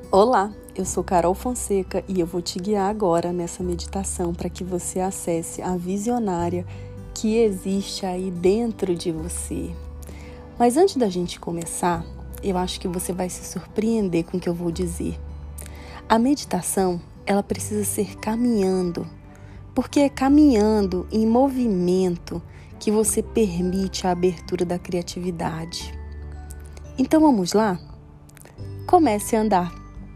Olá, eu sou Carol Fonseca e eu vou te guiar agora nessa meditação para que você acesse a visionária que existe aí dentro de você. Mas antes da gente começar, eu acho que você vai se surpreender com o que eu vou dizer. A meditação, ela precisa ser caminhando, porque é caminhando em movimento que você permite a abertura da criatividade. Então vamos lá? Comece a andar.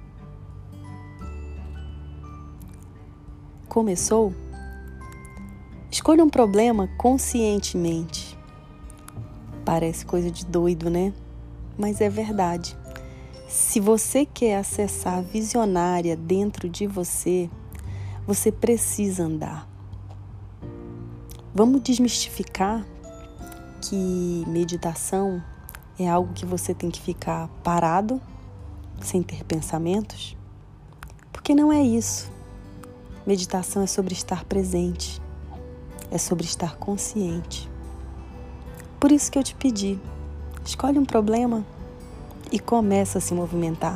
Começou? Escolha um problema conscientemente. Parece coisa de doido, né? Mas é verdade. Se você quer acessar a visionária dentro de você, você precisa andar. Vamos desmistificar que meditação é algo que você tem que ficar parado, sem ter pensamentos? Porque não é isso. Meditação é sobre estar presente, é sobre estar consciente. Por isso que eu te pedi, escolhe um problema e começa a se movimentar.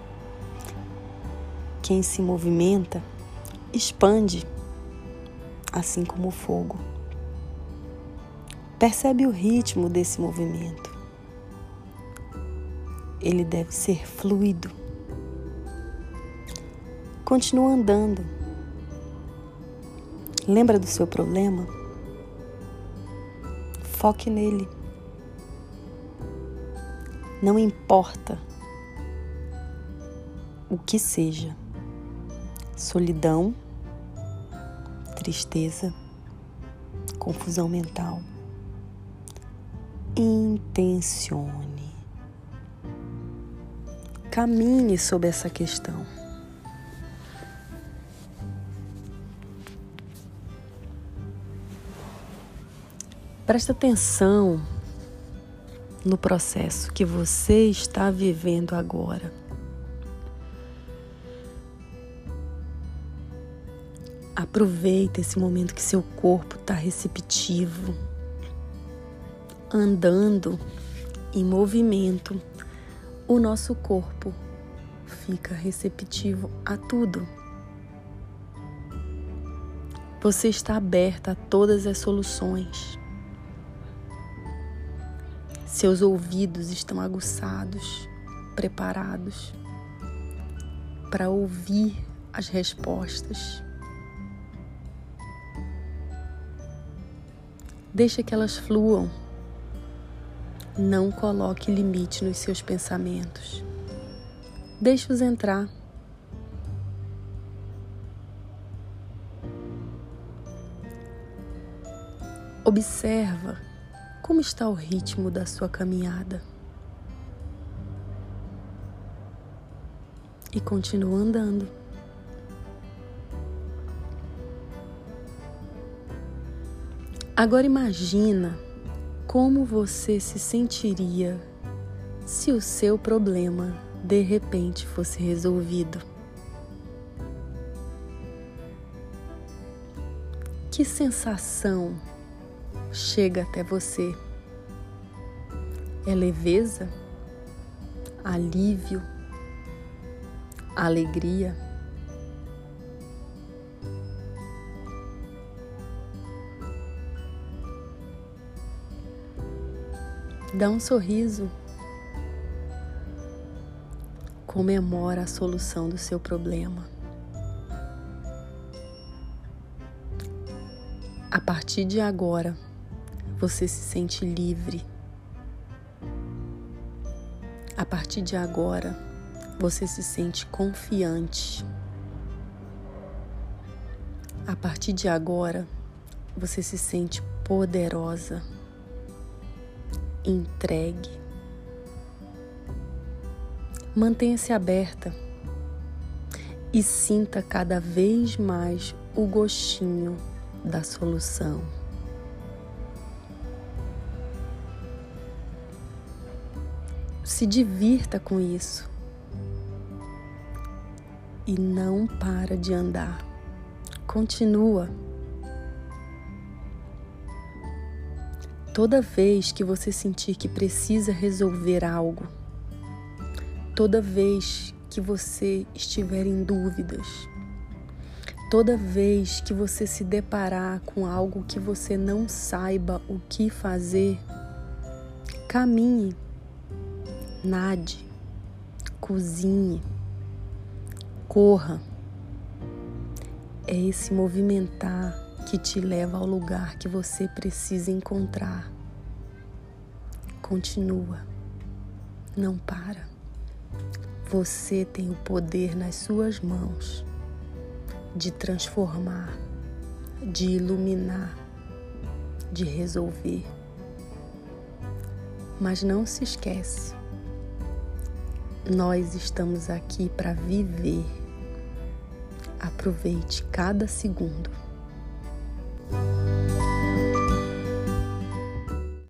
Quem se movimenta, expande, assim como o fogo. Percebe o ritmo desse movimento. Ele deve ser fluido. Continua andando. Lembra do seu problema? Foque nele. Não importa o que seja. Solidão, tristeza, confusão mental. Intencione. Caminhe sobre essa questão. Presta atenção no processo que você está vivendo agora. Aproveita esse momento que seu corpo está receptivo, andando em movimento. O nosso corpo fica receptivo a tudo. Você está aberta a todas as soluções. Seus ouvidos estão aguçados, preparados para ouvir as respostas. Deixa que elas fluam. Não coloque limite nos seus pensamentos. Deixa-os entrar. Observa como está o ritmo da sua caminhada. E continua andando. Agora imagina como você se sentiria se o seu problema de repente fosse resolvido. Que sensação chega até você? É leveza? Alívio? Alegria? Dá um sorriso. Comemora a solução do seu problema. A partir de agora, você se sente livre. A partir de agora, você se sente confiante. A partir de agora, você se sente poderosa, entregue. Mantenha-se aberta e sinta cada vez mais o gostinho da solução. Se divirta com isso e não para de andar. Continua. Toda vez que você sentir que precisa resolver algo, toda vez que você estiver em dúvidas, toda vez que você se deparar com algo que você não saiba o que fazer, caminhe, nade, cozinhe, corra. É esse movimentar que te leva ao lugar que você precisa encontrar. Continua, não para. Você tem o poder nas suas mãos de transformar, de iluminar, de resolver. Mas não se esquece, nós estamos aqui para viver. Aproveite cada segundo.